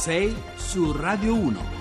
6 su Radio 1.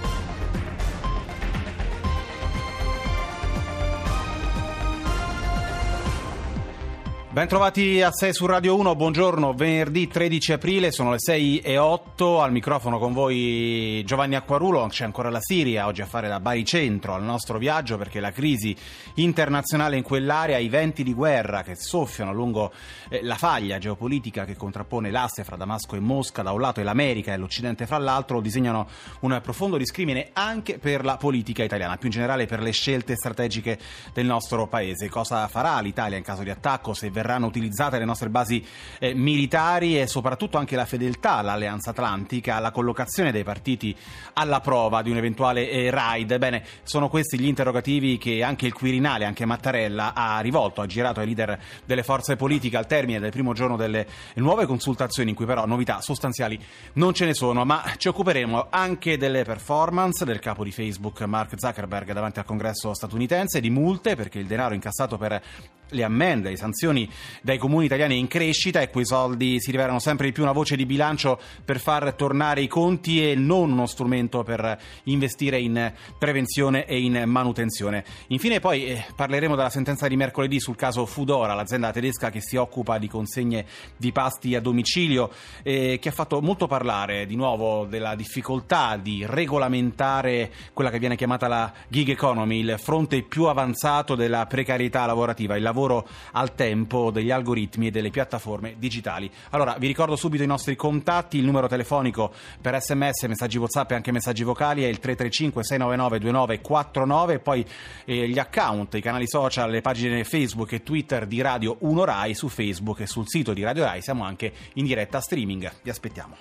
Ben trovati a 6 su Radio 1, buongiorno, venerdì 13 aprile, sono le 6:08, al microfono con voi Giovanni Acquarulo. C'è ancora la Siria oggi a fare da baricentro al nostro viaggio, perché la crisi internazionale in quell'area, i venti di guerra che soffiano lungo la faglia geopolitica che contrappone l'asse fra Damasco e Mosca da un lato e l'America e l'Occidente fra l'altro, disegnano un profondo discrimine anche per la politica italiana, più in generale per le scelte strategiche del nostro paese. Cosa farà l'Italia in caso di attacco, se verranno utilizzate le nostre basi militari e soprattutto anche la fedeltà all'Alleanza Atlantica, la collocazione dei partiti alla prova di un eventuale raid. Bene, sono questi gli interrogativi che anche il Quirinale, anche Mattarella ha girato ai leader delle forze politiche al termine del primo giorno delle nuove consultazioni, in cui però novità sostanziali non ce ne sono. Ma ci occuperemo anche delle performance del capo di Facebook Mark Zuckerberg davanti al Congresso statunitense, di multe perché il denaro incassato per le ammende, le sanzioni dai comuni italiani è in crescita e quei soldi si rivelano sempre di più una voce di bilancio per far tornare i conti e non uno strumento per investire in prevenzione e in manutenzione. Infine poi parleremo della sentenza di mercoledì sul caso Foodora, l'azienda tedesca che si occupa di consegne di pasti a domicilio, che ha fatto molto parlare di nuovo della difficoltà di regolamentare quella che viene chiamata la gig economy, il fronte più avanzato della precarietà lavorativa, il lavoro al tempo degli algoritmi e delle piattaforme digitali. Allora, vi ricordo subito i nostri contatti: il numero telefonico per SMS, messaggi WhatsApp e anche messaggi vocali è il 335 699 2949, e poi gli account, i canali social, le pagine Facebook e Twitter di Radio 1 Rai. Su Facebook e sul sito di Radio Rai siamo anche in diretta streaming. Vi aspettiamo.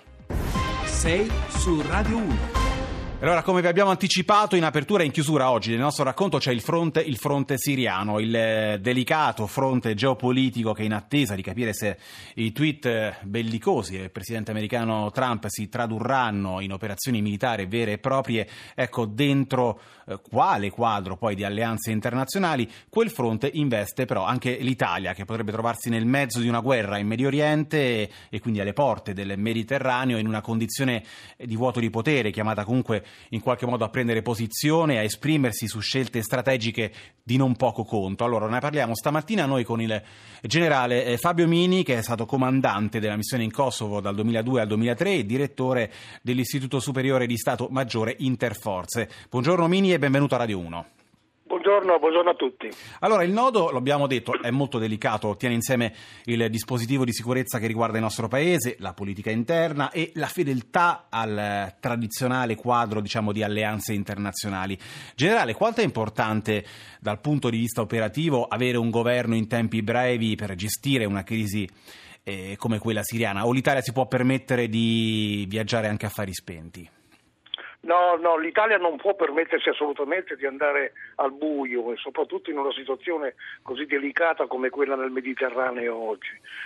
6 su Radio 1. Allora, come vi abbiamo anticipato in apertura e in chiusura oggi del nostro racconto, c'è il fronte siriano, il delicato fronte geopolitico che è in attesa di capire se i tweet bellicosi del presidente americano Trump si tradurranno in operazioni militari vere e proprie. Ecco, dentro quale quadro poi di alleanze internazionali quel fronte investe però anche l'Italia, che potrebbe trovarsi nel mezzo di una guerra in Medio Oriente e quindi alle porte del Mediterraneo, in una condizione di vuoto di potere, chiamata comunque in qualche modo a prendere posizione, a esprimersi su scelte strategiche di non poco conto. Allora, ne parliamo stamattina noi con il generale Fabio Mini, che è stato comandante della missione in Kosovo dal 2002 al 2003 e direttore dell'Istituto Superiore di Stato Maggiore Interforze. Buongiorno Mini e benvenuto a Radio 1. Buongiorno a tutti. Allora, il nodo, l'abbiamo detto, è molto delicato, tiene insieme il dispositivo di sicurezza che riguarda il nostro paese, la politica interna e la fedeltà al tradizionale quadro, diciamo, di alleanze internazionali. Generale, quanto è importante dal punto di vista operativo avere un governo in tempi brevi per gestire una crisi come quella siriana? O l'Italia si può permettere di viaggiare anche a fari spenti? No, l'Italia non può permettersi assolutamente di andare al buio, e soprattutto in una situazione così delicata come quella nel Mediterraneo oggi.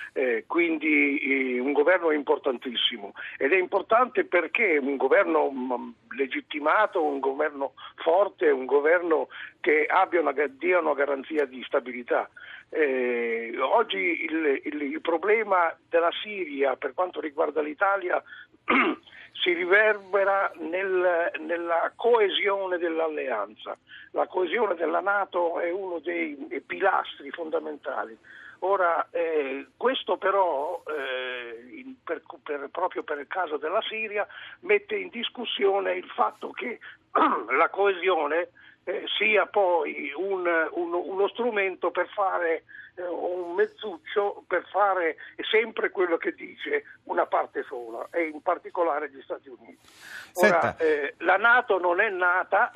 Quindi un governo è importantissimo, ed è importante perché un governo legittimato, un governo forte, un governo che dia una garanzia di stabilità. Oggi il problema della Siria per quanto riguarda l'Italia si riverbera nella coesione dell'alleanza. La coesione della NATO è uno dei pilastri fondamentali. Ora, questo però, proprio per il caso della Siria, mette in discussione il fatto che la coesione sia poi uno strumento per fare un mezzuccio per fare sempre quello che dice una parte sola, e in particolare gli Stati Uniti. Ora, la NATO non è nata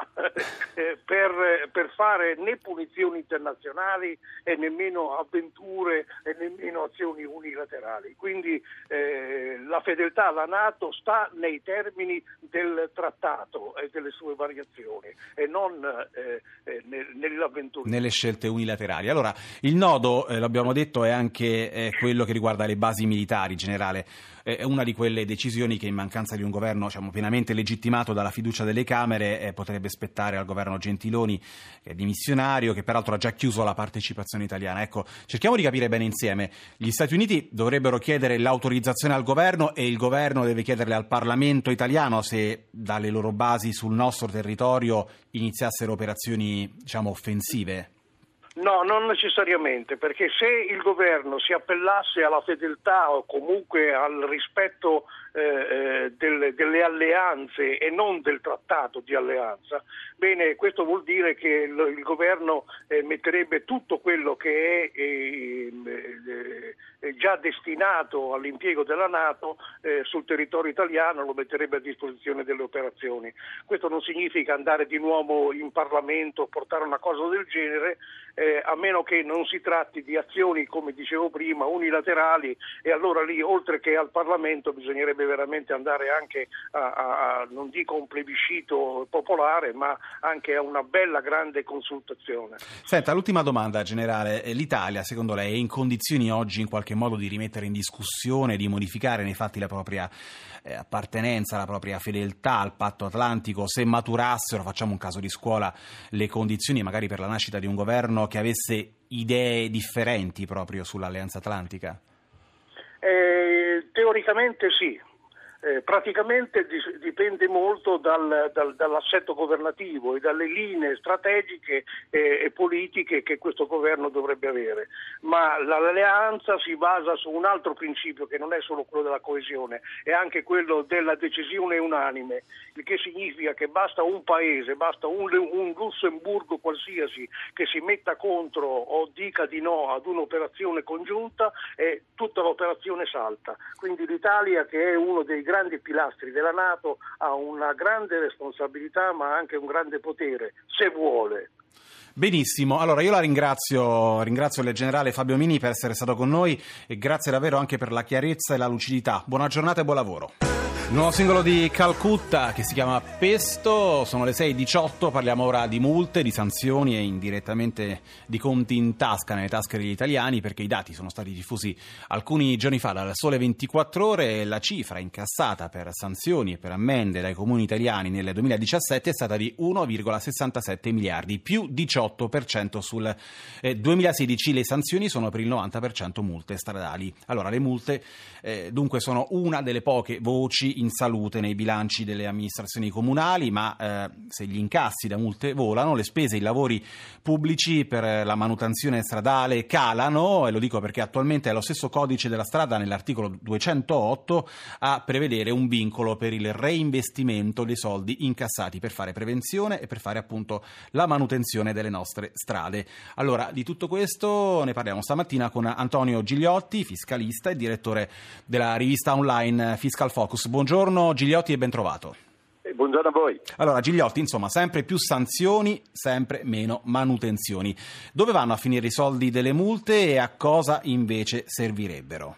per fare né punizioni internazionali e nemmeno avventure e nemmeno azioni unilaterali. Quindi la fedeltà alla NATO sta nei termini del trattato e delle sue variazioni, e non nell'avventura. Nelle scelte unilaterali. Allora, il nodo, l'abbiamo detto, è anche quello che riguarda le basi militari, generale. È una di quelle decisioni che in mancanza di un governo pienamente legittimato dalla fiducia delle Camere potrebbe spettare al governo Gentiloni, che è dimissionario, che peraltro ha già chiuso la partecipazione italiana. Ecco, cerchiamo di capire bene insieme. Gli Stati Uniti dovrebbero chiedere l'autorizzazione al governo e il governo deve chiederle al Parlamento italiano se dalle loro basi sul nostro territorio iniziassero operazioni, offensive. No, non necessariamente, perché se il governo si appellasse alla fedeltà o comunque al rispetto delle alleanze e non del trattato di alleanza, bene, questo vuol dire che il governo metterebbe tutto quello che è già destinato all'impiego della NATO sul territorio italiano, lo metterebbe a disposizione delle operazioni. Questo non significa andare di nuovo in Parlamento, portare una cosa del genere, a meno che non si tratti di azioni, come dicevo prima, unilaterali, e allora lì, oltre che al Parlamento, bisognerebbe veramente andare anche a non dico un plebiscito popolare, ma anche a una bella grande consultazione. Senta, l'ultima domanda, generale. L'Italia, secondo lei, è in condizioni oggi in qualche modo di rimettere in discussione, di modificare nei fatti la propria appartenenza, la propria fedeltà al patto atlantico, se maturassero, facciamo un caso di scuola, le condizioni magari per la nascita di un governo che avesse idee differenti proprio sull'Alleanza Atlantica? Teoricamente sì. Praticamente dipende molto dall'assetto governativo e dalle linee strategiche e politiche che questo governo dovrebbe avere, ma l'alleanza si basa su un altro principio che non è solo quello della coesione, è anche quello della decisione unanime, il che significa che basta un paese, basta un Lussemburgo qualsiasi che si metta contro o dica di no ad un'operazione congiunta e tutta l'operazione salta. Quindi l'Italia, che è uno dei grandi pilastri della NATO, ha una grande responsabilità ma anche un grande potere, se vuole. Benissimo, allora io la ringrazio il generale Fabio Mini per essere stato con noi e grazie davvero anche per la chiarezza e la lucidità. Buona giornata e buon lavoro. Il nuovo singolo di Calcutta che si chiama Pesto, sono le 6:18, parliamo ora di multe, di sanzioni e indirettamente di conti in tasca, nelle tasche degli italiani, perché i dati sono stati diffusi alcuni giorni fa dal Sole 24 Ore e la cifra incassata per sanzioni e per ammende dai comuni italiani nel 2017 è stata di 1,67 miliardi, più 18% sul 2016. Le sanzioni sono per il 90% multe stradali. Allora, le multe dunque sono una delle poche voci in salute nei bilanci delle amministrazioni comunali, ma se gli incassi da multe volano, le spese e i lavori pubblici per la manutenzione stradale calano, e lo dico perché attualmente è lo stesso codice della strada nell'articolo 208 a prevedere un vincolo per il reinvestimento dei soldi incassati per fare prevenzione e per fare appunto la manutenzione delle nostre strade. Allora, di tutto questo ne parliamo stamattina con Antonio Gigliotti, fiscalista e direttore della rivista online Fiscal Focus. Buongiorno Gigliotti e ben trovato. Buongiorno a voi. Allora Gigliotti, insomma, sempre più sanzioni, sempre meno manutenzioni. Dove vanno a finire i soldi delle multe e a cosa invece servirebbero?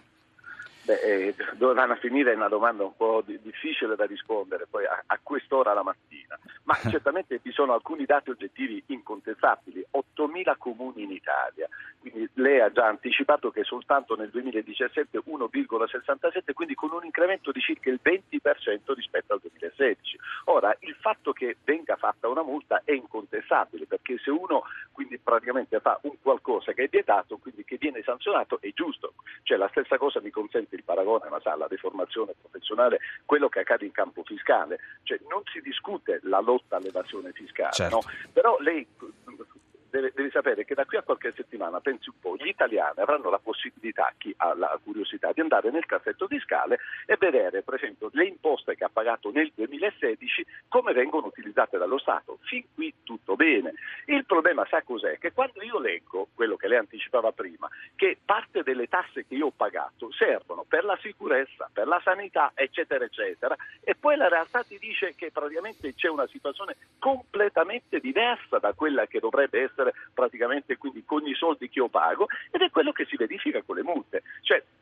Dove vanno a finire è una domanda un po' difficile da rispondere poi a quest'ora la mattina, ma certamente vi sono alcuni dati oggettivi incontestabili. 8.000 comuni in Italia, quindi lei ha già anticipato che soltanto nel 2017 1,67, quindi con un incremento di circa il 20% rispetto al 2016. Ora, il fatto che venga fatta una multa è incontestabile, perché se uno quindi praticamente fa un qualcosa che è vietato, quindi che viene sanzionato, è giusto. Cioè la stessa cosa mi consente il paragone, ma sa, la deformazione professionale, quello che accade in campo fiscale, cioè non si discute la lotta all'evasione fiscale, certo. No? Però lei deve sapere che da qui a qualche settimana, pensi un po', gli italiani avranno la possibilità, chi ha la curiosità, di andare nel cassetto fiscale e vedere, per esempio, le imposte che ha pagato nel 2016 come vengono utilizzate dallo Stato. Fin qui tutto bene. Il problema, sa cos'è? Che quando io leggo quello che lei anticipava prima, che parte delle tasse che io ho pagato servono per la sicurezza, per la sanità, eccetera, eccetera, e poi la realtà ti dice che praticamente c'è una situazione completamente diversa da quella che dovrebbe essere praticamente quindi con i soldi che io pago, ed è quello che si verifica con le multe. Cioè il fatto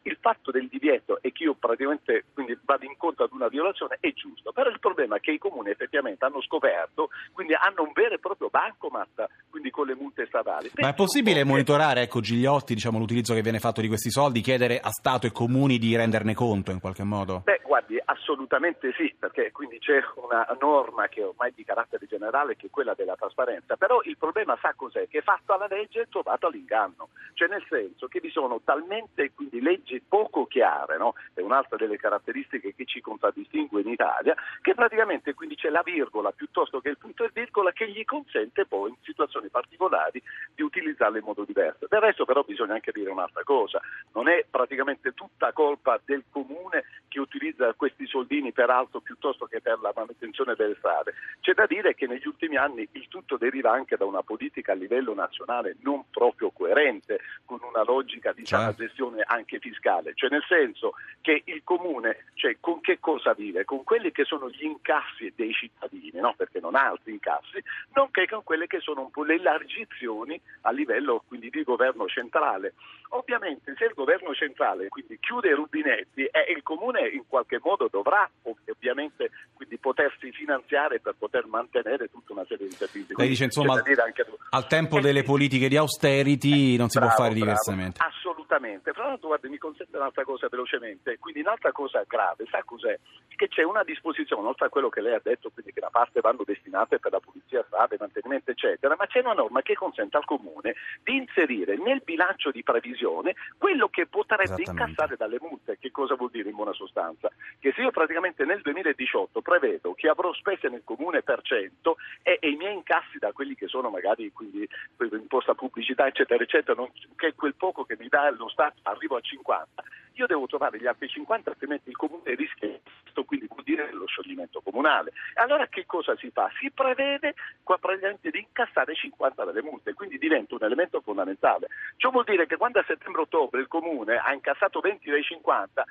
discorso del divieto e che io praticamente quindi vado incontro ad una violazione è giusto, però il problema è che i comuni effettivamente hanno scoperto, quindi hanno un vero e proprio bancomat, quindi con le multe statali. Ma è possibile monitorare, Gigliotti, l'utilizzo che viene fatto di questi soldi, chiedere a Stato e comuni di renderne conto in qualche modo? Beh, guardi, assolutamente sì, perché quindi c'è una norma che è ormai di carattere generale, che è quella della trasparenza, però il problema sa cos'è? Che fatta la legge è trovato all'inganno, cioè nel senso che vi sono talmente quindi leggi poco chiare, no? È un'altra delle caratteristiche che ci contraddistingue in Italia, che praticamente quindi c'è la virgola piuttosto che il punto e virgola che gli consente poi in situazioni particolari di utilizzarle in modo diverso. Del resto però bisogna anche dire un'altra cosa, non è praticamente tutta colpa del comune che utilizza questi soldini per altro piuttosto che per la manutenzione delle strade. C'è da dire che negli ultimi anni il tutto deriva anche da una politica a livello nazionale non proprio coerente, con una logica di sana gestione anche fiscale, cioè nel senso che il comune, cioè con che cosa vive? Con quelli che sono gli incassi dei cittadini, no? Perché non ha altri incassi, nonché con quelle che sono un po' le elargizioni a livello quindi di governo centrale. Ovviamente se il governo centrale quindi chiude i rubinetti, il comune in qualche modo dovrà ovviamente quindi potersi finanziare per poter mantenere tutta una serie di servizi. Lei dice insomma al tempo delle politiche di austerity non si può fare diversamente. Assolutamente. Fra l'altro guardi, mi consente un'altra cosa velocemente, quindi un'altra cosa grave, sa cos'è? Che c'è una disposizione, oltre a quello che lei ha detto, quindi che una parte vanno destinate per la pulizia strade, mantenimento eccetera, ma c'è una norma che consente al comune di inserire nel bilancio di previsione quello che potrebbe incassare dalle multe. Che cosa vuol dire in buona sostanza? Che se io praticamente nel 2018 prevedo che avrò spese nel comune per 100 e i miei incassi da quelli che sono magari quindi imposta pubblicità eccetera eccetera, che è quel poco che mi dà lo Stato, arrivo a 50, io devo trovare gli altri 50, altrimenti il comune rischia, quindi vuol dire lo scioglimento comunale. E allora che cosa si fa? Si prevede praticamente di incassare 50 delle multe, quindi diventa un elemento fondamentale. Ciò vuol dire che quando a settembre-ottobre il comune ha incassato 20 dei 50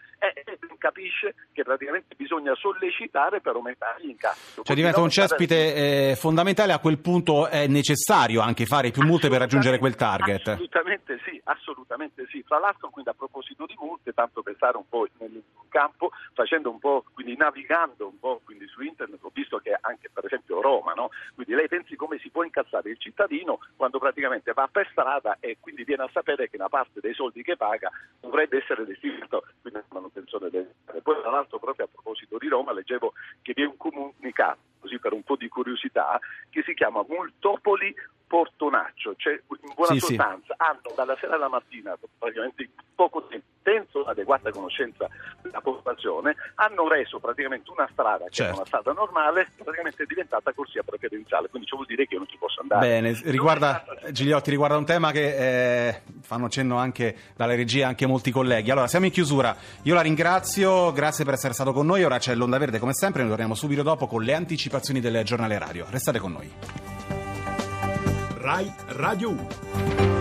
capisce che praticamente bisogna sollecitare per aumentare gli incassi. Cioè diventa un cespite fondamentale, a quel punto è necessario anche fare più multe per raggiungere quel target. Assolutamente sì. Fra l'altro quindi a proposito di multe, tanto per stare un po' nel campo, facendo un po', quindi navigando un po' quindi su internet, ho visto che anche per esempio Roma, no? Quindi lei pensi come si può incassare il cittadino quando praticamente va per strada e quindi viene a sapere che una parte dei soldi che paga dovrebbe essere destinato quindi alla manutenzione del. Poi tra l'altro proprio a proposito di Roma leggevo che vi è un comunicato, così per un po' di curiosità, che si chiama Multopoli Portonaccio, cioè in buona sostanza hanno dalla sera alla mattina praticamente in poco tempo, senza adeguata conoscenza della popolazione, hanno reso praticamente una strada che era una strada normale praticamente diventata corsia preferenziale, quindi ciò vuol dire che io non ci posso andare. Bene, Gigliotti, riguarda un tema che fanno cenno anche dalle regie anche molti colleghi. Allora siamo in chiusura, io la ringrazio, grazie per essere stato con noi. Ora c'è l'Onda Verde come sempre, noi torniamo subito dopo con le anticipazioni del giornale radio. Restate con noi. Rai Radio 1.